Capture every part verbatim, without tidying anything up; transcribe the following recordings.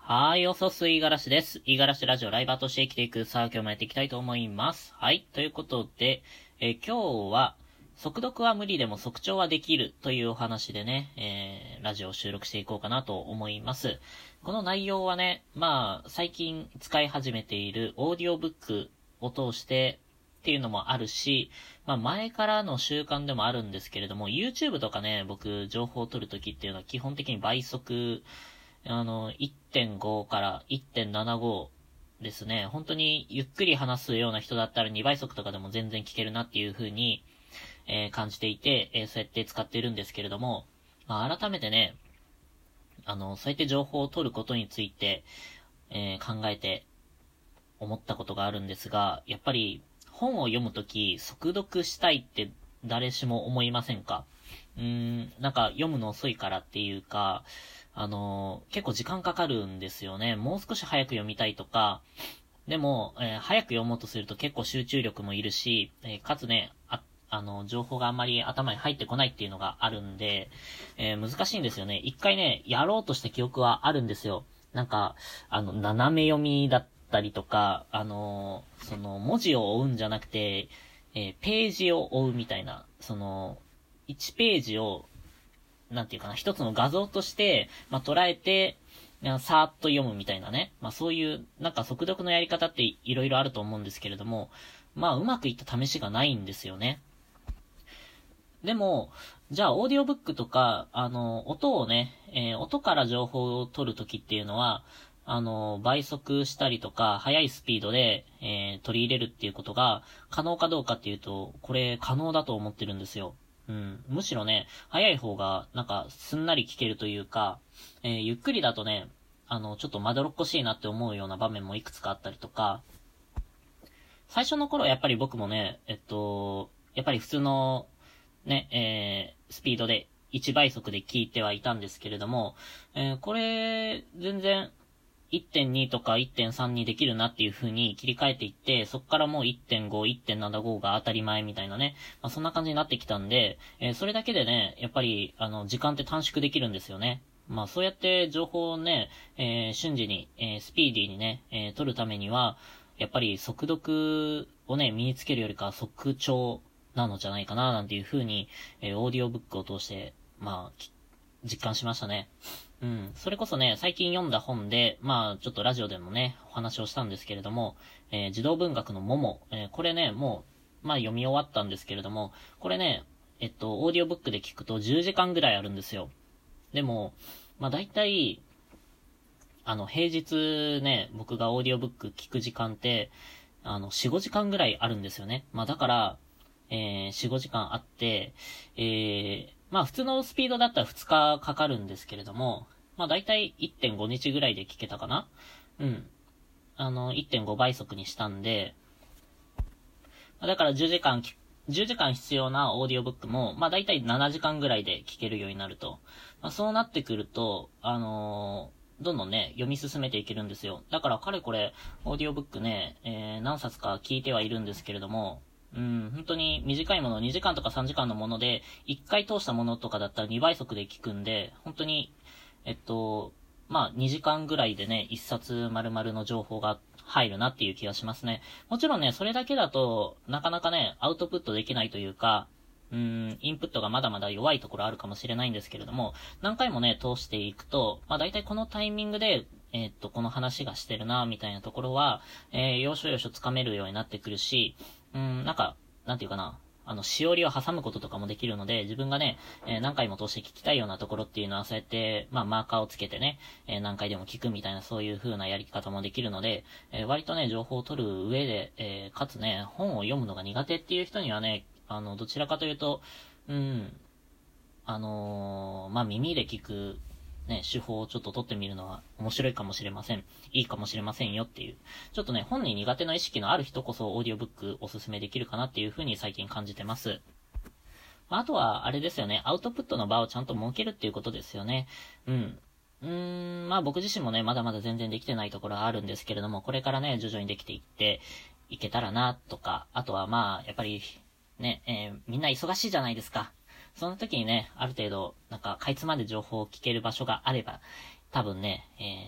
はーい、おそすいがらしです。いがらしラジオライバーとして生きていく。さあ、今日もやっていきたいと思います。はい、ということで、えー今日は、速読は無理でも速聴はできるというお話でね、えー、ラジオを収録していこうかなと思います。この内容はね、まあ、最近使い始めているオーディオブックを通してっていうのもあるし、まあ前からの習慣でもあるんですけれども、YouTube とかね、僕情報を取るときっていうのは基本的に倍速、あの、いってんご から いってんななご ですね。本当にゆっくり話すような人だったらにばい速とかでも全然聞けるなっていう風に、えー感じていて、えーそうやって使ってるんですけれども、まあ、改めてね、あの、そうやって情報を取ることについて、えー考えて思ったことがあるんですが、やっぱり本を読むとき、速読したいって誰しも思いませんか？うーん、なんか読むの遅いからっていうか、あのー結構時間かかるんですよね。もう少し早く読みたいとか、でも、えー早く読もうとすると結構集中力もいるし、えーかつね、あ、あの、情報があんまり頭に入ってこないっていうのがあるんで、えー難しいんですよね。一回ね、やろうとした記憶はあるんですよ。なんか、あの、斜め読みだったりとか、あのーその、文字を追うんじゃなくて、えーページを追うみたいな、その、いちページを、なんていうかな、一つの画像として、まあ、捉えて、さーっと読むみたいなね。まあ、そういう、なんか速読のやり方っていろいろあると思うんですけれども、まあ、うまくいった試しがないんですよね。でも、じゃあ、オーディオブックとか、あの、音をね、えー音から情報を取るときっていうのは、あの、倍速したりとか、速いスピードで、えー取り入れるっていうことが可能かどうかっていうと、これ可能だと思ってるんですよ。うん。むしろね、速い方が、なんか、すんなり聞けるというか、えーゆっくりだとね、あの、ちょっとまどろっこしいなって思うような場面もいくつかあったりとか、最初の頃はやっぱり僕もね、えっと、やっぱり普通の、ね、えー、スピードでいちばい速で聞いてはいたんですけれども、えー、これ、全然、いってんに とか いってんさん にできるなっていう風に切り替えていって、そっからもう いってんご、いってんななご が当たり前みたいなね、まあ、そんな感じになってきたんで、えー、それだけでね、やっぱり、あの、時間って短縮できるんですよね。まあそうやって情報をね、えー、瞬時に、えー、スピーディーにね、えー、取るためには、やっぱり速読をね、身につけるよりかは速聴なのじゃないかな、なんていう風に、えー、オーディオブックを通して、まあ、実感しましたね。うん。それこそね、最近読んだ本で、まあ、ちょっとラジオでもね、お話をしたんですけれども、えー児童文学のモモ、えーこれね、もう、まあ読み終わったんですけれども、これね、えっと、オーディオブックで聞くとじゅうじかんぐらいあるんですよ。でも、まあ大体、あの、平日ね、僕がオーディオブック聞く時間って、あの、よん、ごじかんぐらいあるんですよね。まあだから、えー、よん、ごじかんあって、えー、まあ普通のスピードだったらふつかかかるんですけれども、まあだいたいいってんごにちぐらいで聞けたかな。うん。あの、いってんごばい速にしたんで、まあだからじゅうじかんき、じゅうじかん必要なオーディオブックも、まあだいたいななじかんぐらいで聞けるようになると。まあそうなってくると、あのーどんどんね、読み進めていけるんですよ。だからかれこれ、オーディオブックね、えー、何冊か聞いてはいるんですけれども、うん、本当に短いもの、にじかんとかさんじかんのもので、いっかい通したものとかだったらにばい速で聞くんで、本当に、えっと、まあ、にじかんぐらいでね、いっさつ丸々の情報が入るなっていう気がしますね。もちろんね、それだけだと、なかなかね、アウトプットできないというか、うーん、インプットがまだまだ弱いところあるかもしれないんですけれども、何回もね、通していくと、まあ大体このタイミングで、えーっと、この話がしてるな、みたいなところは、えー、要所要所つかめるようになってくるし、うーん、なんか、なんていうかな、あの、しおりを挟むこととかもできるので、自分がね、えー何回も通して聞きたいようなところっていうのは、そうやって、まあ、マーカーをつけてね、えー何回でも聞くみたいな、そういう風なやり方もできるので、えー割とね、情報を取る上で、えーかつね、本を読むのが苦手っていう人にはね、あの、どちらかというと、うん、あのーまあ、耳で聞く、ね、手法をちょっと取ってみるのは面白いかもしれません。いいかもしれませんよっていう。ちょっとね、本に苦手な意識のある人こそオーディオブックおすすめできるかなっていう風に最近感じてます。まあ、あとは、あれですよね、アウトプットの場をちゃんと設けるっていうことですよね。うん。うーん、まあ僕自身もね、まだまだ全然できてないところはあるんですけれども、これからね、徐々にできていって、いけたらな、とか、あとはまあ、やっぱり、ね、えーみんな忙しいじゃないですか。その時にね、ある程度、なんか、かいつまんで情報を聞ける場所があれば、多分ね、えー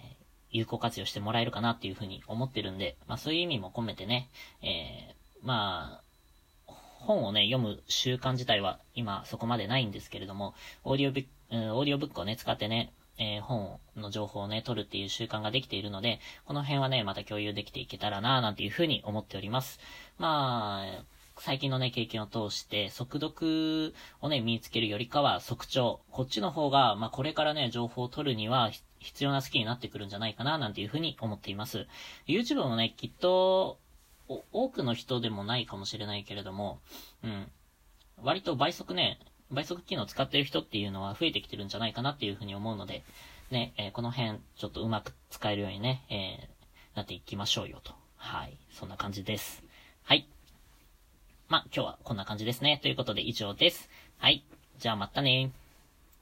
有効活用してもらえるかなっていうふうに思ってるんで、まあそういう意味も込めてね、えー、まあ、本をね、読む習慣自体は今そこまでないんですけれども、オーディオブック、うん、オーディオブックをね、使ってね、えー、本の情報をね、取るっていう習慣ができているので、この辺はね、また共有できていけたらなぁなんていうふうに思っております。まあ、最近のね、経験を通して、速読をね、身につけるよりかは、速聴。こっちの方が、まあ、これからね、情報を取るには、必要なスキルになってくるんじゃないかな、なんていうふうに思っています。YouTube もね、きっと、多くの人でもないかもしれないけれども、うん。割と倍速ね、倍速機能を使っている人っていうのは増えてきてるんじゃないかなっていうふうに思うので、ね、えー、この辺、ちょっとうまく使えるようにね、えー、なっていきましょうよと。はい。そんな感じです。はい。まあ、今日はこんな感じですね。ということで以上です。はい。じゃあまたね